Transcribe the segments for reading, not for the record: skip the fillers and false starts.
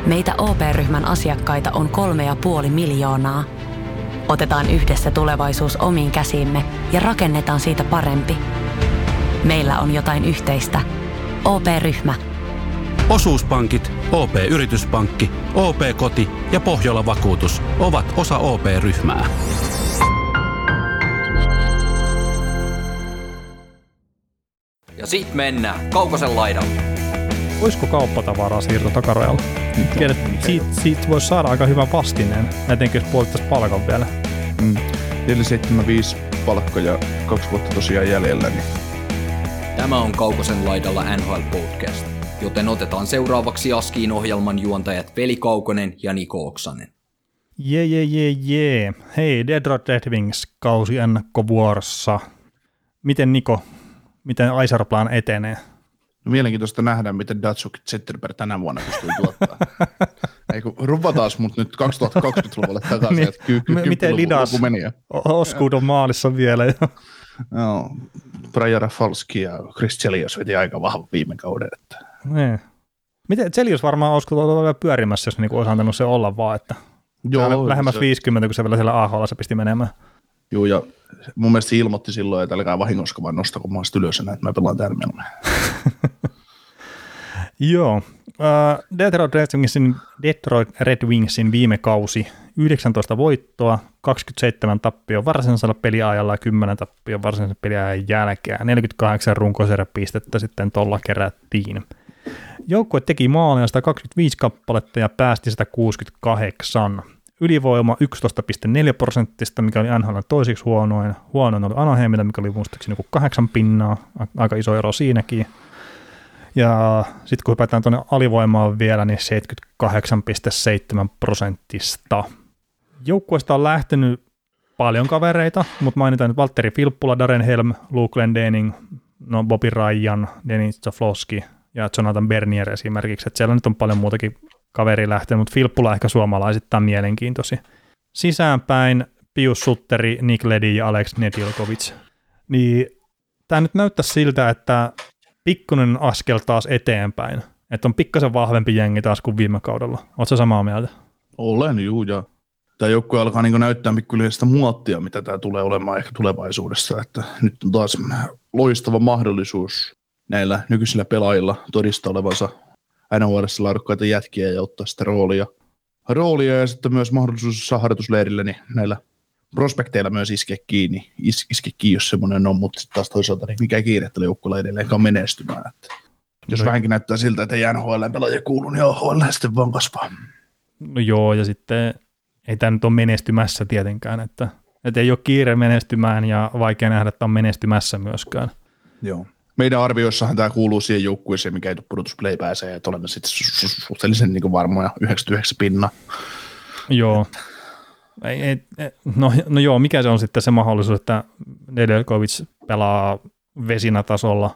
Meitä OP-ryhmän asiakkaita on 3,5 miljoonaa. Otetaan yhdessä tulevaisuus omiin käsiimme ja rakennetaan siitä parempi. Meillä on jotain yhteistä. OP-ryhmä. Osuuspankit, OP-yrityspankki, OP-koti ja Pohjola-vakuutus ovat osa OP-ryhmää. Ja sit mennään Kaukosen laidalle. Olisiko kauppatavaraa siirto takarajalla? Tiedät, siitä voisi saada aika hyvän vastineen, etenkin jos puolittaisi palkan vielä. 475 palkka ja 2 vuotta tosiaan jäljellä. Niin. Tämä on Kaukosen laidalla NHL Podcast, joten otetaan seuraavaksi Askiin ohjelman juontajat Veli Kaukonen ja Niko Oksanen. Jee. Hei, Detroit Red Wings kausi ennakkovuorossa. Miten Niko, miten Yzerplan etenee? No, mielenkiintoista nähdä, miten Datsuk Zetterberg tänä vuonna pystyy tuottaa. Eikö ruvataan mut nyt 2020-luvulle takaisin, niin, että miten Lidas Oskud on maalissa vielä? No, Brian Rafalski ja Chris Chelios veti aika vahva viime kauden. Että. Niin. Miten Chelios varmaan Oskud on vielä pyörimässä, jos niinku olisi antanut se olla vaan, että joo, lähemmäs 50, kun se vielä siellä AHL:ssa pisti menemään. Joo, ja mun mielestä se ilmoitti silloin, että älkää vahingossa vaan nostako maasta ylös, että mä pelaan täällä mieluummin. Joo. Detroit Red Wingsin viime kausi 19 voittoa, 27 tappio varsinaisella peliajalla ja 10 tappio varsinaisen peliajan jälkeen. 48 runkosarjapistettä sitten tuolla kerättiin. Joukkue teki maaleja 125 kappaletta ja päästi 168. Ylivoima 11,4%, mikä oli NHL toisiksi huonoin. Huonoin oli Anaheimilla, mikä oli muistaakseni 8 pinnaa. Aika iso ero siinäkin. Ja sitten kun hypätään tuonne alivoimaan vielä, niin 78,7%. Joukkueesta on lähtenyt paljon kavereita, mutta mainitaan nyt Valtteri Filppula, Darren Helm, Luke Glendening, Bobby Ryan, Denis Zaflosky ja Jonathan Bernier esimerkiksi. Et siellä nyt on paljon muutakin kaveria lähtenyt, mutta Filppula ehkä suomalaisittain mielenkiintoisia. Sisäänpäin Pius Sutteri, Nick Leddy ja Alex Nedeljkovic. Niin tämä nyt näyttää siltä, että pikkuinen askel taas eteenpäin. Että on pikkasen vahvempi jengi taas kuin viime kaudella. Oletko samaa mieltä? Olen, juu. Ja tämä joukkue alkaa niin näyttää pikkuhiljaa sitä muottia, mitä tämä tulee olemaan ehkä tulevaisuudessa. Että nyt on taas loistava mahdollisuus näillä nykyisillä pelaajilla todistaa olevansa NHL:ssä laadukkaita jätkiä ja ottaa sitä roolia ja sitten myös mahdollisuus harjoitusleirille niin näillä prospekteilla myös iskeä kiinni, jos semmoinen on, mutta sitten taas toisaalta niin mikä kiire tällä joukkueella edelleenkaan menestymään. Että jos vähänkin näyttää siltä, että ei NHL-pelaajia kuulu, niin OHL sitten vaan kasvaa. No joo, ja sitten ei tämä nyt ole menestymässä tietenkään, että ei ole kiire menestymään ja vaikea nähdä, että on menestymässä myöskään. Joo. Meidän arvioissahan tämä kuuluu siihen joukkueeseen, mikä ei tule pudotusplay pääsee, että olemme sitten suhteellisen niin varmoja 99 pinnaa. Joo. No joo, mikä se on sitten se mahdollisuus, että Nedeljkovic pelaa vesinätasolla.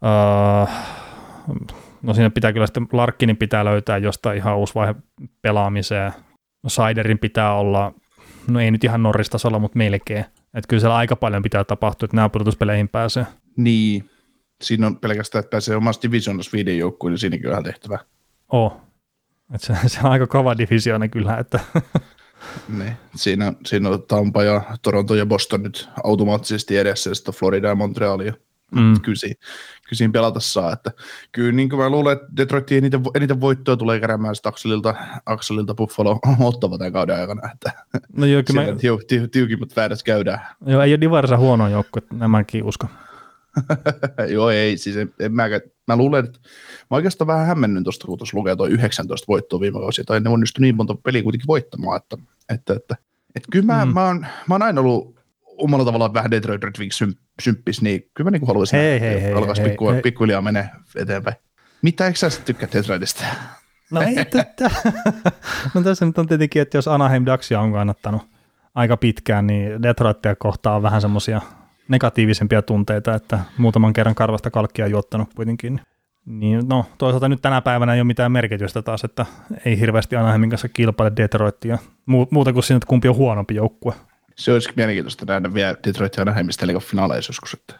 No siinä pitää kyllä sitten, Larkkinin pitää löytää jostain ihan uusi vaihe pelaamiseen. No Seiderin pitää olla, no ei nyt ihan Norris-tasolla, mutta melkein. Että kyllä siellä aika paljon pitää tapahtua, että nämä pudotuspeleihin pääsee. Niin, siinä on pelkästään, että pääsee omassa divisioonassa 5 joukkuun, niin siinäkin on ihan tehtävä. Että se on aika kova divisioona kyllä, että niin. Siinä on Tampa ja Toronto ja Boston nyt automaattisesti edessä, ja sitten Florida ja Montrealia. Kyllä siinä pelata saa. Että kyllä niin kuin mä luulen, että Detroitin eniten voittoa tulee keräämään sitä Akselilta Buffalo ottava tämän kauden aikana. Että no joo, tiukimmat väärässä käydään. Joo, ei ole Divarissa huono joukko, nämäkin usko. Joo, ei. Siis mä luulen, että mä oikeastaan vähän hämmennyn tuosta, kun tuossa lukee tuo 19 voittoa viime kausia, tai ne onnistu niin monta peliä kuitenkin voittamaan, että kyllä mä oon aina ollut omalla tavallaan vähän Detroit Red Wings symppis, niin kyllä mä niin haluaisin, että alkaisi pikkuhiljaa menee eteenpäin. Mitä, eikö sä sitten tykkää Detroitista? No ei, no tässä nyt on tietenkin, että jos Anaheim Ducksia on kannattanut aika pitkään, niin Detroitia kohtaa on vähän semmoisia negatiivisempia tunteita, että muutaman kerran karvasta kalkkia juottanut kuitenkin. Niin no, toisaalta nyt tänä päivänä ei ole mitään merkitystä taas, että ei hirveästi Anaheimin kanssa kilpaile Detroitia. Muuta kuin siinä, että kumpi on huonompi joukkue. Se olisi mielenkiintoista nähdä vielä Detroit ja Anaheimista finaaleissa joskus. Että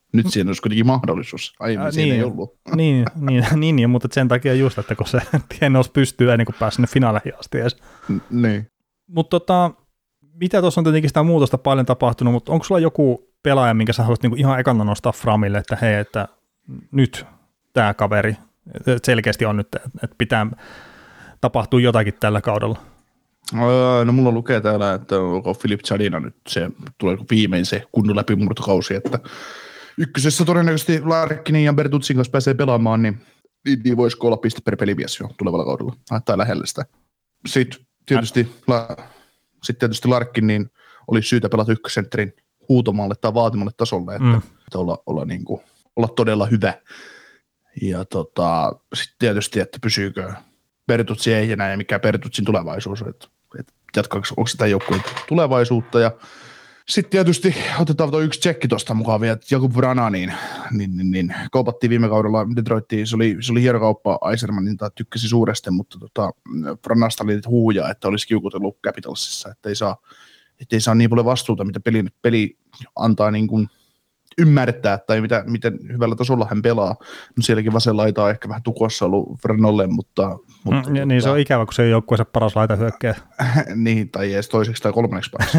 Nyt siinä olisi kuitenkin mahdollisuus. Aiemmin siinä ei ollut. Niin, mutta sen takia just, että kun se tienous pystyy ennen kuin pääsee sinne finaaleihin asti edes. Niin. Mutta mitä tuossa on tietenkin sitä muutosta paljon tapahtunut, mutta onko sulla joku pelaaja, minkä sä haluaisit niinku ihan ekana nostaa framille, että hei, että nyt tämä kaveri selkeästi on nyt, että pitää tapahtua jotakin tällä kaudella? No mulla lukee täällä, että onko Filip Zadina nyt se, tulee viimein se kunnon läpimurtokausi, että ykkösessä todennäköisesti Larkkinin ja Bertuzin kanssa pääsee pelaamaan, niin voisiko olla piste per pelimies jo tulevalla kaudella, tai lähellä sitä. Sitten tietysti Larkkin niin oli syytä pelata ykkösentterin huutomalle tai vaatimalle tasolle, että olla todella hyvä. Ja sitten tietysti, että pysyykö Bertuzzi ehjänä ja mikä Bertuzzin tulevaisuus, että jatkaako, onko sitä joukkueen tulevaisuutta. Ja sitten tietysti otetaan tuo yksi tsekki tuosta mukaan vielä, että Jakub Vrana, niin kaupattiin viime kaudella Detroittiin, se oli hieno kauppa Eisermanin, tykkäsi suuresti, mutta Vranasta oli huujaa, että olisi kiukutellut Capitalsissa, ettei saa niin paljon vastuuta, mitä peli antaa niin kuin ymmärtää, tai miten hyvällä tasolla hän pelaa. No sielläkin vasen laita on ehkä vähän tukossa ollut Vranalle, mutta niin se on ikävä, kun se ei joukkueensa paras laita hyökkää. Niin, tai edes toiseksi tai kolmanneksi paras.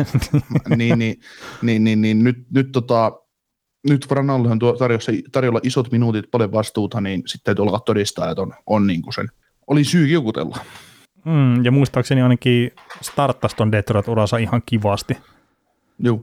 Nyt Vranalle on tarjolla isot minuutit, paljon vastuuta, niin sitten täytyy olla todistaa, että on niin kuin sen oli syy kiukutella. Ja muistaakseni ainakin starttasi ton Detroit-uransa ihan kivasti. Joo.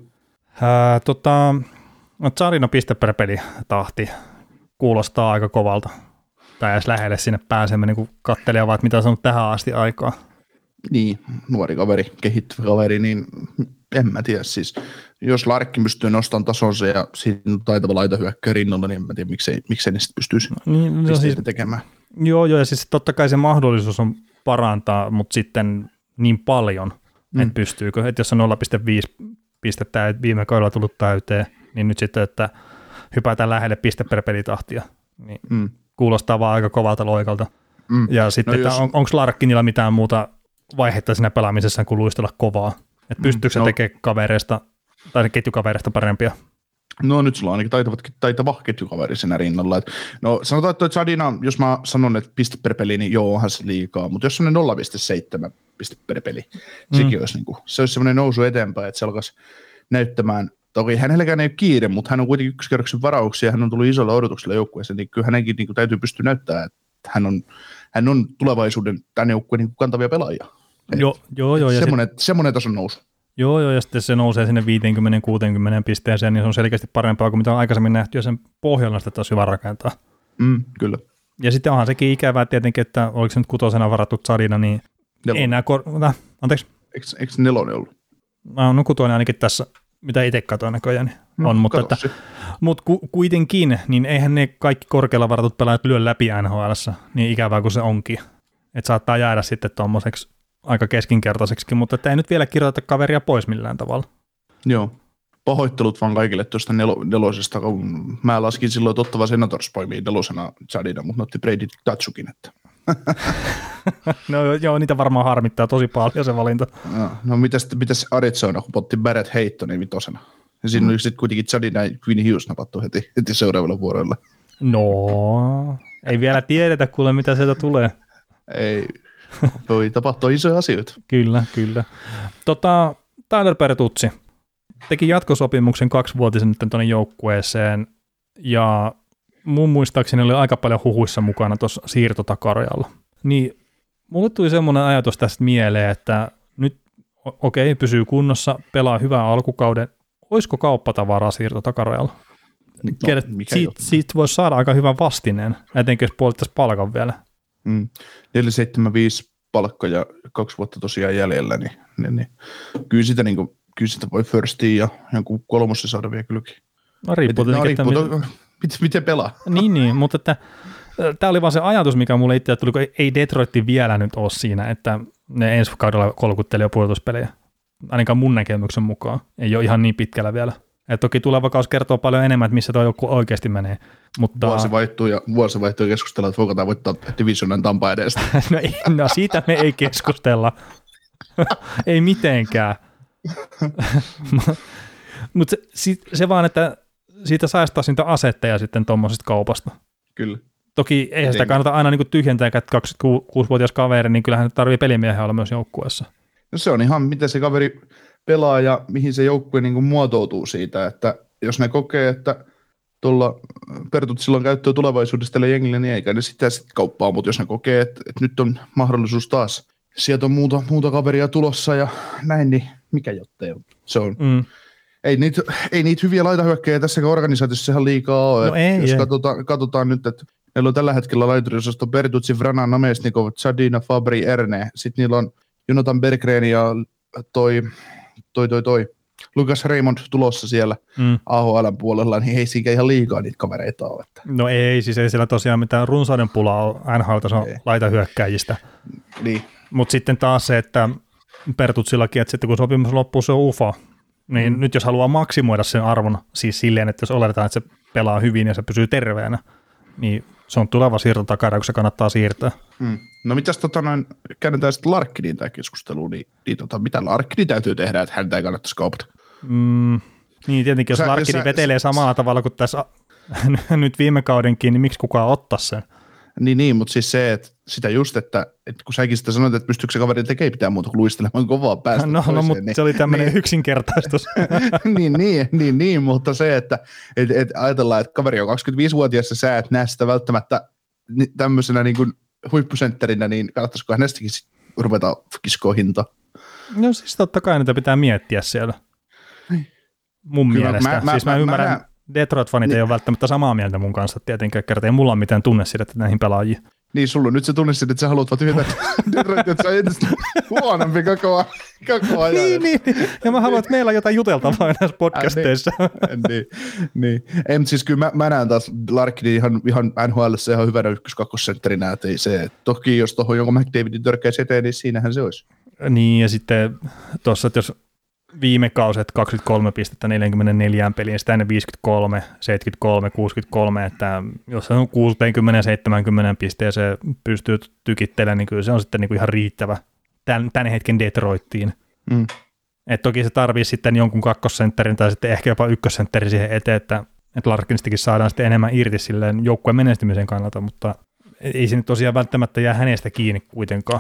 Zadina piste per peli tahti kuulostaa aika kovalta. Tai edes lähelle sinne pääsemme, niin kun kattelee vaan, että mitä on saanut tähän asti aikaa. Niin, nuori kaveri, kehittyvä kaveri, niin en mä tiedä. Siis, jos Larkkin pystyy nostamaan tasonsa ja siinä on taitava laitahyökkäjä rinnalla, niin en mä tiedä, miksei ne sitten pystyisi siis tekemään. Joo, ja siis totta kai se mahdollisuus on parantaa, mutta sitten niin paljon, että pystyykö. Että jos on 0,5 pistettä viime kaudella tullut täyteen, niin nyt sitten, että hypätään lähelle piste per pelitahtia, niin kuulostaa vaan aika kovalta loikalta. Ja sitten, no onko Larkkinilla mitään muuta vaihetta siinä pelaamisessa kuin luistella kovaa? Että pystyykö se tekemään kavereista tai ketjukavereista parempia? No nyt sulla on ainakin taitava ketjukaveri siinä rinnalla. No sanotaan, että Zadina, jos mä sanon, että piste per peli, niin joo, onhan se liikaa. Mutta jos on 0,7 piste per peli, sekin olisi, se olisi semmoinen nousu eteenpäin, että se alkaisi näyttämään. Toki hänelläkään ei ole kiire, mutta hän on kuitenkin ykköskerroksen varauksia, hän on tullut isolla odotuksella joukkueeseen, niin kyllä hänenkin niin kuin täytyy pystyä näyttämään, että hän on tulevaisuuden tämän joukkueen niin kantavia pelaajia. Joo. Semmoinen tason nousu. Joo, ja sitten se nousee sinne 50-60 pisteeseen, niin se on selkeästi parempaa kuin mitä on aikaisemmin nähty, ja sen pohjalla sitä taas hyvä rakentaa. Kyllä. Ja sitten onhan sekin ikävää tietenkin, että oliko se nyt 6 varattu Zadina, niin ei enää anteeksi? Eikö 4 ollut? No 6 ainakin tässä, mitä itse katsoin näköjään, on, mutta kuitenkin, niin eihän ne kaikki korkealla varatut pelaajat lyö läpi NHL:ssä, niin ikävää kuin se onkin. Että saattaa jäädä sitten tuommoiseksi aika keskinkertaiseksi, mutta että ei nyt vielä kirjoita kaveria pois millään tavalla. Joo. Pahoittelut vaan kaikille tuosta nelosesta, kun mä laskin silloin Ottawa Senators poimiin nelosena Zadina, mutta ne otti Brady Tatsukin, että. No joo, niitä varmaan harmittaa tosi paljon se valinta. No mitäs Arizona, kun potti Barrett Haytonin vitosena? Ja siinä oli sitten kuitenkin Zadina ja Quinn Hughes napattu heti seuraavalla vuorolla. No, ei vielä tiedetä kuule mitä sieltä tulee. Ei, voi tapahtua isoja asioita. Kyllä. Tyler Bertuzzi teki jatkosopimuksen 2-vuotisen nyt tuonne joukkueeseen, ja mun muistaakseni oli aika paljon huhuissa mukana tuossa siirtotakarjalla. Niin mulle tuli semmoinen ajatus tästä mieleen, että nyt pysyy kunnossa, pelaa hyvää alkukauden. Olisiko kauppatavaraa siirtotakarjalla? Siitä voisi saada aika hyvän vastineen, etenkin jos puolittaisi palkan vielä. 4,75 palkka ja 2 vuotta tosiaan jäljellä, niin kyllä sitä voi firstiin ja jonkun 3 saada vielä kylläkin. No riippuu miten pelaa. Niin, mutta tämä oli vaan se ajatus, mikä mulle itse tuli, kun ei Detroitti vielä nyt ole siinä, että ne ensi kaudella kolkutteli jo pudotuspelejä. Ainakaan mun näkemyksen mukaan. Ei ole ihan niin pitkällä vielä. Et toki tuleva kausi kertoo paljon enemmän, että missä tuo joku oikeasti menee. Mutta vuosi vaihtuu ja keskustellaan, että voiko voittaa Divisionan Tampa edestä. No siitä me ei keskustella. Ei mitenkään. Mutta se vaan, että siitä saisi niitä asetteja sitten tuommoisesta kaupasta. Kyllä. Toki eihän sitä kannata aina niin tyhjentää, että 26-vuotias kaveri, niin kyllähän tarvii pelimiehen olla myös joukkueessa. No se on ihan, miten se kaveri pelaa ja mihin se joukkue niin kuin muotoutuu siitä, että jos ne kokee, että tuolla Pertutsilla on käyttöä tulevaisuudessa tälle jengille, niin eikä ne sitä sitten kauppaa, mutta jos ne kokee, että nyt on mahdollisuus taas, sieltä on muuta kaveria tulossa ja näin, niin mikä jottei on. Se on. Ei niitä hyviä laitahyökkäjiä tässäkään organisaatiossa ihan liikaa ole. No ei, jos katsotaan nyt, että meillä on tällä hetkellä laituriosasto Bertuzzi, Vrana, Namestnikov, Zadina, Fabri, Erne. Sitten niillä on Jonathan Berggren ja toi Lucas Raymond tulossa siellä AHL:n puolella, niin ei siinä ihan liikaa niitä kavereita ole. No ei, siis ei siellä tosiaan mitään runsauden pulaa ole NHL-tason laitahyökkäjistä. Niin. Mutta sitten taas se, että Pertutsillakin, että sitten kun sopimus loppuu, se on UFO. Niin nyt jos haluaa maksimoida sen arvon, siis silleen, että jos oletetaan, että se pelaa hyvin ja se pysyy terveenä, niin se on tuleva siirtotakara, kun se kannattaa siirtää. No mitäs käännetään sitten Larkkiniin tämä keskustelu, niin mitä Larkkini täytyy tehdä, että häntä ei kannattaisi kaupata? Niin tietenkin, jos Larkkini vetelee samalla tavalla kuin tässä nyt viime kaudenkin, niin miksi kukaan ottaa sen? Niin, mutta siis se, että sitä just, että kun säkin sitä sanoit, että pystyykö se kaveri tekemään pitää muuta kuin luistelemaan kovaa päästä No, mutta se oli tämmöinen yksinkertaistus. niin, mutta se, että ajatellaan, että kaveri on 25-vuotias ja sä et näe sitä välttämättä tämmöisenä niin kuin huippusentterinä, niin kannattaisiko hänestäkin ruveta kiskoa hintaa? No siis totta kai niitä pitää miettiä siellä. Mun kyllä, mielestä. Mä ymmärrän. Detroit-fanit ei ole välttämättä samaa mieltä mun kanssa tietenkään, kertaa ei mulla ole mitään tunnesidettä näihin pelaajiin. Niin, sulla on nyt se tunnesidettä, että sä haluat vaan tyhjentää Detroit, että sä on entistä huonompi koko ajan. Niin. Ja mä haluan, että meillä on jotain juteltavaa näissä podcasteissa. Niin. Ei, mutta siis kyllä mä näen taas Larkkinin ihan NHL:ssä ihan hyvänä ykkös-kakkosentterinä, että ei se, toki jos tuohon jonkun McDavidin törkkäisi eteen, niin siinähän se olisi. Niin, ja sitten tuossa, että jos viime kauset 23 pistettä 44 peliin, sitä ennen 53, 73, 63, että jos se on 60-70 pisteeseen pystyy tykittelemään, niin kyllä se on sitten niin kuin ihan riittävä tämän hetken Detroittiin. Et toki se tarvii sitten jonkun kakkosentterin tai sitten ehkä jopa ykkössentterin siihen eteen, että Larkinistakin saadaan sitten enemmän irti silleen joukkueen menestymisen kannalta, mutta ei se nyt tosiaan välttämättä jää hänestä kiinni kuitenkaan.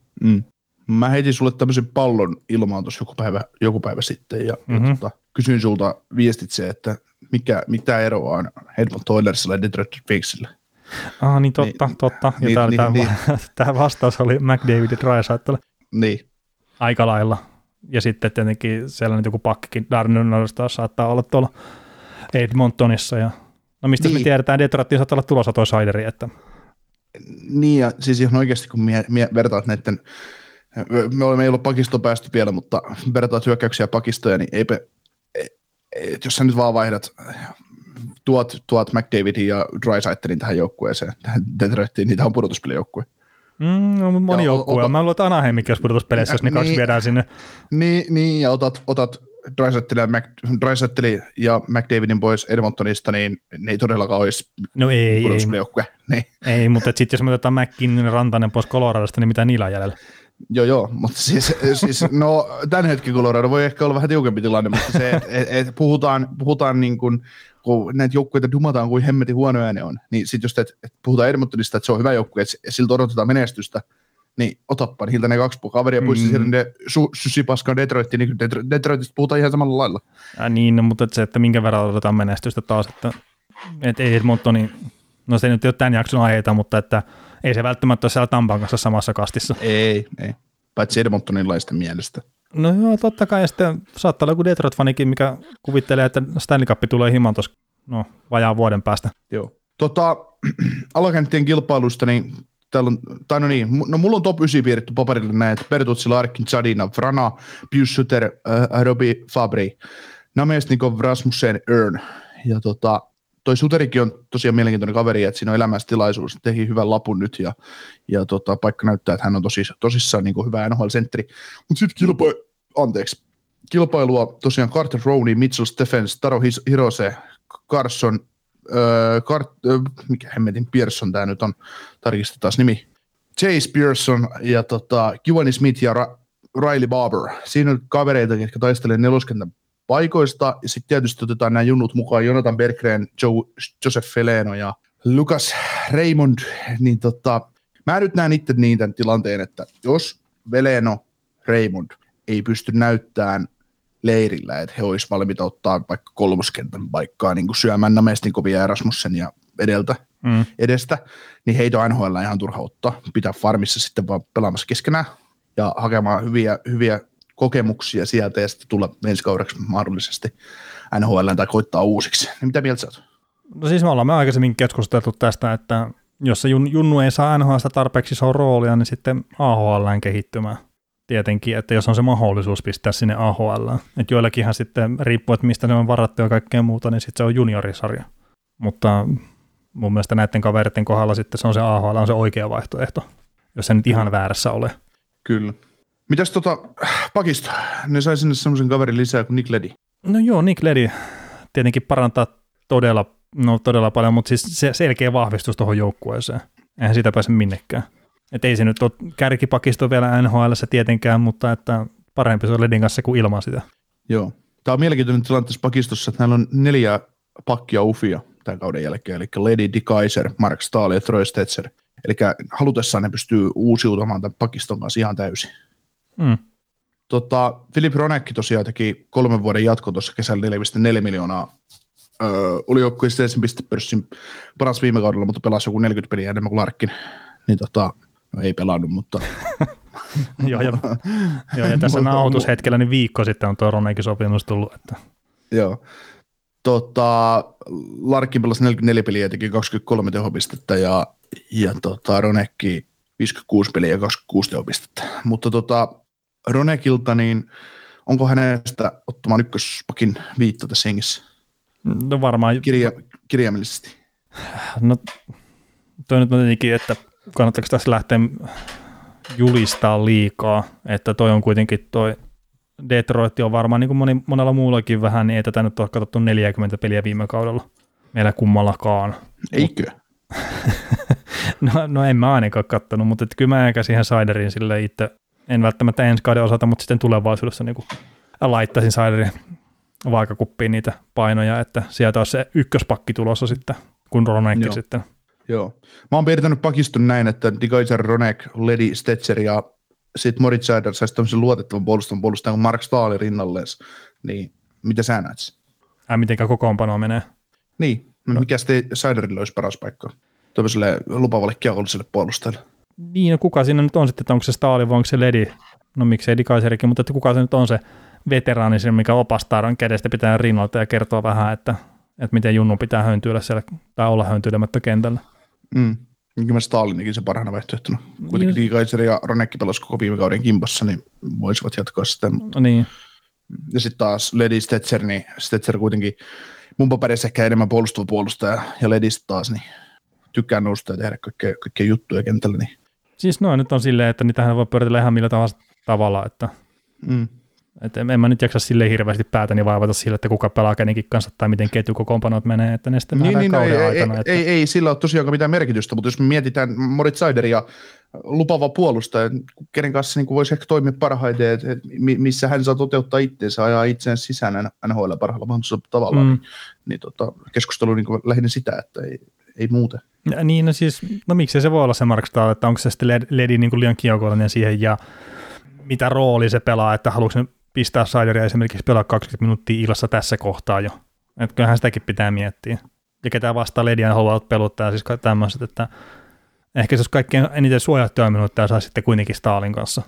Mä heitin sulle tämmöisen pallon ilmaan tuossa joku päivä sitten ja kysyin sulta viestitse, että mitä eroa on Edmonton Oilersilla ja Detroit Red Wingsillä. Niin totta. Ja tämä vastaus oli McDavid ja Draisaitl. Niin. Aika lailla. Ja sitten tietenkin sellainen joku pakkikin Darnell saattaa olla tuolla Edmontonissa. Ja no mistä me tiedetään, Detroitin saattaa olla tulossa toi Sideri, että... Niin ja siis ihan oikeasti kun vertaat näiden... Me ei ole pakistoon päästy vielä, mutta vertaat hyökkäyksiä ja pakistoja, niin jos sä nyt vaan vaihdat tuot McDavidin ja Draisaitlin tähän joukkueeseen, tähän Detroittiin, niin tämä on pudotuspelijoukkue. No, moni joukkue. Mä luulen, että Anaheimikin olisi pudotuspeleissä, jos ne kaksi viedään sinne. Niin ja otat Draisaitlin ja McDavidin pois Edmontonista, niin ne ei todellakaan olisi pudotuspelijoukkue. Ei, mutta sitten jos me otetaan McKinnon ja Rantanen pois Coloradosta, niin mitä niillä on jäljellä? Joo, mutta siis no tämän hetken Colorado voi ehkä olla vähän tiukempi tilanne, mutta se, että puhutaan niin kuin, kun näitä joukkueita dumataan kuin hemmetin huonoja ne on, niin sitten jos puhutaan Edmontonista, että se on hyvä joukkue, että siltä odotetaan menestystä, niin otappa niiltä ne kaksi kaveria pois sieltä ne sysipaskaan Detroittiin, niin Detroitista puhutaan ihan samalla lailla. Niin, no, mutta se, että minkä verran odotetaan menestystä taas, että ei Edmontoni, no se nyt ei ole tämän jakson aiheita, mutta että ei se välttämättä ole siellä Tampan kanssa samassa kastissa. Ei. Paitsi Edmontonilaisten mielestä. No joo, totta kai. Ja sitten saattaa olla joku Detroit-fanikin, mikä kuvittelee, että Stanley Cup tulee himaan tuossa vajaan vuoden päästä. Joo. Alakenttien kilpailusta, niin täällä on, mulla on top 9 piirretty paperille näin, että Bertuzzi, Larkin, Zadina, Vrana, Pius Suter, Robbie Fabry, Namestnikov, Rasmussen, Earn. Ja toi Suterikin on tosiaan mielenkiintoinen kaveri, että siinä on elämästilaisuus, teki hyvän lapun nyt ja paikka näyttää, että hän on tosissaan niin kuin hyvä NHL-sentteri. Mutta sitten kilpailua tosiaan Carter Rowney, Mitchell Stephens, Taro Hirose, Carson, mikä hemmetin Pearson tämä nyt on, tarkistetaan nimi, Chase Pearson ja Giovanni Smith ja Riley Barber. Siinä on kavereita, jotka taistelee neloskentän paikoista, ja sitten tietysti otetaan nämä junnut mukaan, Jonathan Berggren, Joseph Feleno ja Lucas Raymond, niin mä nyt näen itse niin tämän tilanteen, että jos Veleno, Raymond ei pysty näyttämään leirillä, että he olisivat valmiita ottaa vaikka kolmoskentän paikkaa niin kuin syömään Mestinkovia ja Erasmussen ja edestä, niin heitä on NHL ihan turha ottaa. Pitää farmissa sitten vaan pelaamassa keskenään ja hakemaan hyviä kokemuksia sieltä ja sitten tulla ensi kaudeksi mahdollisesti NHL tai koittaa uusiksi. Niin mitä mieltä sä oot? No siis me ollaan aikaisemmin keskusteltu tästä, että jos se Junnu ei saa NHL:stä tarpeeksi isoa roolia, niin sitten AHL:ään kehittymään. Tietenkin, että jos on se mahdollisuus pistää sinne AHL:ään. Että joillakinhan sitten, riippuu, että mistä ne on varattu ja kaikkea muuta, niin sitten se on juniorisarja. Mutta mun mielestä näiden kaveritten kohdalla sitten se on se AHL, on se oikea vaihtoehto, jos se nyt ihan väärässä ole. Kyllä. Mitäs pakista? Ne sai sinne semmoisen kaverin lisää kuin Nick Leddy. No joo, Nick Leddy tietenkin parantaa todella paljon, mutta siis se selkeä vahvistus tuohon joukkueeseen. Eihän siitä pääse minnekään. Että ei se nyt ole kärkipakisto vielä NHL:ssä tietenkään, mutta että parempi se on Ledin kanssa kuin ilman sitä. Joo. Tämä on mielenkiintoinen tilanne tässä pakistossa, että näillä on 4 pakkia ufia tämän kauden jälkeen, eli Leddy, DeKeyser, Mark Stahl ja Troy Stetzer. Eli halutessaan ne pystyy uusiutumaan tämän pakiston kanssa ihan täysin. Filip Hronek tosiaan teki 3 vuoden jatko tuossa kesällä 4,4 miljoonaa. Oli joukkueessa ensin pistepörssin paras viime kaudella, mutta pelasi joku 40 peliä enemmän kuin Larkin. Niin no ei pelannut, mutta... joo, ja tässä nauhoitushetkellä niin viikko sitten on tuo Hronekin sopimus tullut. Että... Joo. Larkin pelasi 44 peliä ja teki 23 tehopistettä ja Hronekki 56 peliä ja 26 tehopistettä. Mutta Hronekilta, niin onko hänestä ottamaan ykköspakin viitta tässä hengissä? No varmaan. Kirjaimellisesti. No toi nyt on tietenkin, että kannattaako tässä lähteä julistaa liikaa, että toi on kuitenkin toi Detroit on varmaan niin kuin monella muullakin vähän, niin ei tätä nyt ole katsottu 40 peliä viime kaudella. Meillä kummallakaan. Eikö? no en mä ainakaan kattonut, mutta kyllä mä enkä siihen Sideriin sille itse, en välttämättä ensi kauden osalta, mutta sitten tulevaisuudessa niin kuin laittaisin Siderin vaakakuppiin niitä painoja, että sieltä on se ykköspakki tulossa sitten, kun Hronekki sitten. Joo. Mä oon piirtänyt pakiston näin, että DeKeyser, Hronek, Leddy, Stetzer ja sitten Moritz Seider saisi tämmöisen luotettavan puolustajan kuin Mark Stahl rinnalleen. Niin mitä sä näet? Mitenkä kokoonpanoa menee? Niin. No. Mikä sitten Seiderille olisi paras paikka? Tämmöiselle lupavalle kiekolliselle puolustajalle. Niin, no kuka siinä nyt on sitten, että onko se Stahl vai onko se Leddy? No miksei DeKeyserikin, mutta että kuka se nyt on se veteraani, mikä opastaa kädestä pitää rinnalta ja kertoo vähän, että miten Junnu pitää höyntyillä siellä tai olla höntyilemättä kentällä. Kyllä mä Stalinikin se parhaana vaihtoehtona. Kuitenkin DeKeyser ja Hronekki pelasi koko viime kauden kimpassa, niin voisivat jatkaa sitä. Mutta... Niin. Ja sitten taas Leddy, Stetzer, niin Stetzer kuitenkin mun paperissa ehkä enemmän puolustava puolustaja ja Leddy taas, niin tykkää nousta ja tehdä kaikkea juttuja kentällä. Niin. Siis noin nyt on silleen, että niitähän voi pyöritellä ihan millä tavalla, että... Että en mä nyt jaksa silleen hirveästi päätäni vaivata sille, että kuka pelaa kenenkin kanssa tai miten ketjukokoonpanot menee, että ne sitten nähdään kauden aikana. Ei sillä ole tosiaan mitään merkitystä, mutta jos me mietitään Moritz Seider ja lupaava puolustaja, kenen kanssa niin voisi ehkä toimia parhaiten, että missä hän saa toteuttaa itseensä, ajaa itseään sisään NHL parhaalla mahdollisella tavalla, niin keskustelu niin lähinnä sitä, että ei muuten. Ja niin, no siis, miksei se voi olla se Mark Stahl, että onko se sitten Leddy niin kuin liian kiekollinen siihen ja mitä rooli se pelaa, että haluatko ne pistää Seideria esimerkiksi pelaa 20 minuuttia illassa tässä kohtaa jo. Että kyllähän sitäkin pitää miettiä. Ja ketä vastaan Leddyä haluaa peluttaa, siis tämmöiset, että ehkä se olisi kaikkein eniten suojattuja minuuttia saa sitten kuitenkin Stahlin kanssa.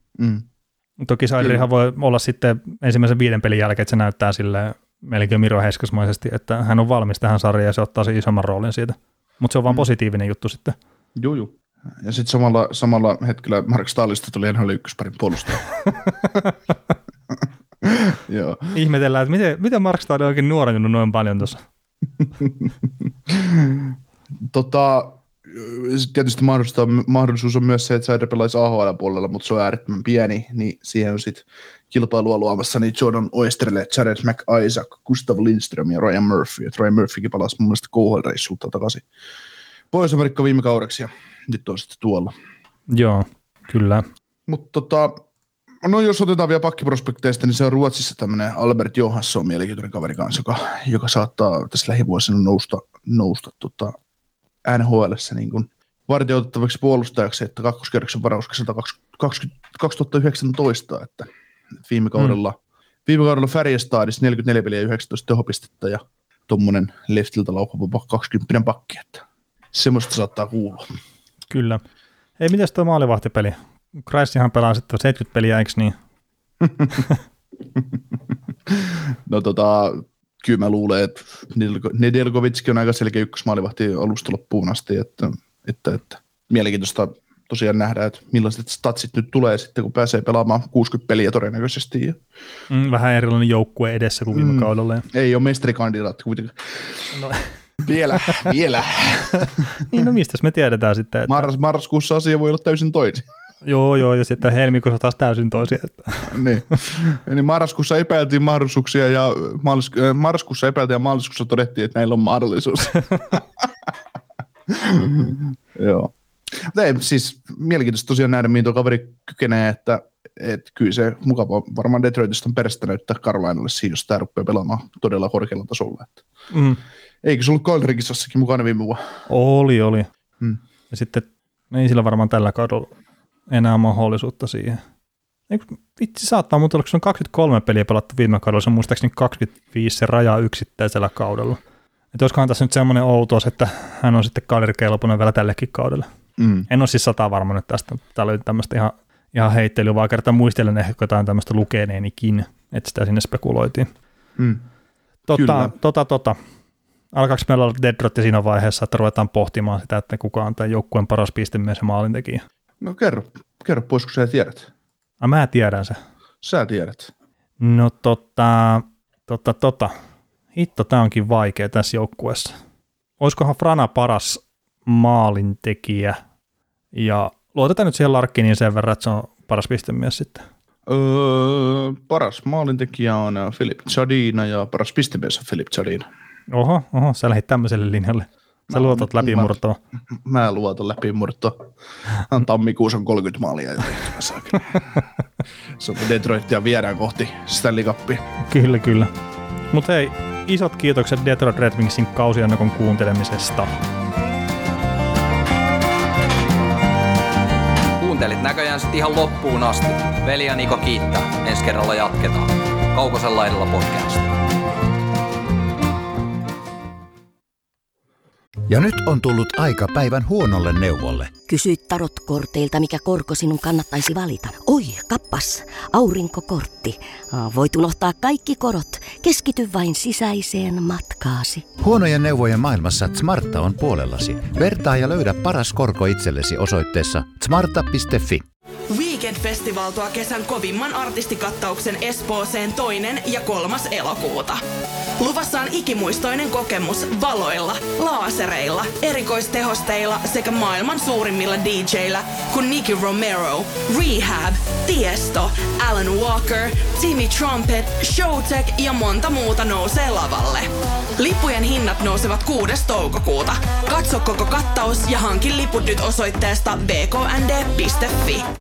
Toki Seiderihan voi olla sitten ensimmäisen 5 pelin jälkeen, että se näyttää silleen melkein Miro Heiskasmaisesti, että hän on valmis tähän sarjaan ja se ottaa sen isomman roolin siitä. Mutta se on vaan positiivinen juttu sitten. Joo. Ja sitten samalla hetkellä Mark Stahlista tuli NHL ykkösparin puolustaja. Joo. Ihmetellään, että miten Mark Stahl on oikein nuorentunut noin paljon tuossa. Tietysti mahdollisuus on myös se, että Seider pelaisi AHL-puolella, mutta se on äärettömän pieni, niin siihen on sitten kilpailua luomassa niin Jordan Oesterle, Jared McIsaac, Gustav Lindström ja Ryan Murphy. Et Ryan Murphykin palasi mun mielestä KHL-reissulta takaisin Pohjois-Amerikka viime kaudeksi ja nyt on sitten tuolla. Joo, kyllä. Mutta No jos otetaan vielä pakkiprospekteista, niin se on Ruotsissa tämmöinen Albert Johansson, mielenkiintoinen kaveri kanssa, joka saattaa tässä lähivuosina nousta NHL:ssä niin kuin vartioitettavaksi puolustajaksi, että kakkoskerroksen varauskesältä 2019, että viime kaudella Färjestadissa 44 peliä ja 19 tehopistettä ja tuommoinen leftiltä laukava 20 pakki, että semmoista saattaa kuulua. Kyllä. Ei, mitäs tuo maalivahtipeli? Kreissihan pelaa sitten 70 peliä, eikö niin? No kyllä mä luulen, että Nedeljkovickin on aika selkeä ykkösmaalivahti alusta loppuun asti, että mielenkiintoista tosiaan nähdä, että millaiset statsit nyt tulee sitten, kun pääsee pelaamaan 60 peliä todennäköisesti. Vähän erilainen joukkue edessä kuin viime kaudella. Ei ole mestarikandidaatti kuitenkaan. No. Vielä. Niin, no mistä me tiedetään sitten? Että... Marraskuussa asia voi olla täysin toisin. Joo, ja sitten helmikuussa taas täysin toisin. Että... niin. Eli marraskuussa epäiltiin mahdollisuuksia ja maaliskuussa todettiin, että näillä on mahdollisuus. Joo. Mutta ei, siis mielenkiintoista tosiaan nähdä, mihin tuo kaveri kykenee, että kyllä se mukava varmaan Detroitista on perästä näyttää Carolinalle siinä, jos tämä rupeaa pelaamaan todella korkealla tasolla. Eikö se ollut Calgary-kisassakin mukana viime vuonna? Oli. Ja sitten ei sillä varmaan tällä kaudella enää mahdollisuutta siihen. Eikö vitsi saattaa, mutta oliko se on 23 peliä pelattu viime kaudella, se on muistaakseni 25 se raja yksittäisellä kaudella. Että olisikohan tässä nyt semmoinen outous, että hän on sitten Calgary-kelpoinen vielä tällekin kaudelle. En ole siis 100 varma nyt tästä. Täällä oli tämmöistä ihan heittelyä, vaan kertaa muistelen ehkä jotain tämmöistä lukeneenikin, että sitä sinne spekuloitiin. Alkaako meillä olla Detroit siinä vaiheessa, että ruvetaan pohtimaan sitä, että kuka on tämän joukkueen paras pistemies ja maalintekijä? No kerro pois, kun sä tiedät. Mä tiedän se. Sä tiedät. No hitto, tää onkin vaikea tässä joukkueessa. Olisikohan Frana paras maalintekijä ja luotetaan nyt siihen Larkkiniin sen verran, että se on paras pistemies sitten. Paras maalintekijä on Filip Zadina ja paras pistemies on Filip Zadina. Oho, sä lähdit tämmöiselle linjalle. Sä luotat läpimurtoa. Mä luotan läpimurtoa. Tammikuussa on 30 maalia jo tehty. Se on Detroitia viedään kohti Stanley Cupia. Kyllä. Mutta hei, isot kiitokset Detroit Red Wingsin kausiannakon kuuntelemisesta. Kuuntelit näköjään sit ihan loppuun asti. Veli ja Niko kiittää. Ensi kerralla jatketaan. Kaukosen laidalla podcast. Ja nyt on tullut aika päivän huonolle neuvolle. Kysy tarotkorteilta, mikä korko sinun kannattaisi valita. Oi, kappas, aurinkokortti. Voit unohtaa kaikki korot. Keskity vain sisäiseen matkaasi. Huonojen neuvojen maailmassa Smarta on puolellasi. Vertaa ja löydä paras korko itsellesi osoitteessa smarta.fi. Weekend Festival tuo kesän kovimman artistikattauksen Espooseen 2. ja 3. elokuuta. Luvassa on ikimuistoinen kokemus valoilla, laasereilla, erikoistehosteilla sekä maailman suurimmilla DJillä kuin Nicky Romero, Rehab, Tiesto, Alan Walker, Timmy Trumpet, Showtek ja monta muuta nousee lavalle. Lippujen hinnat nousevat 6. toukokuuta. Katso koko kattaus ja hankin liput nyt osoitteesta bknd.fi.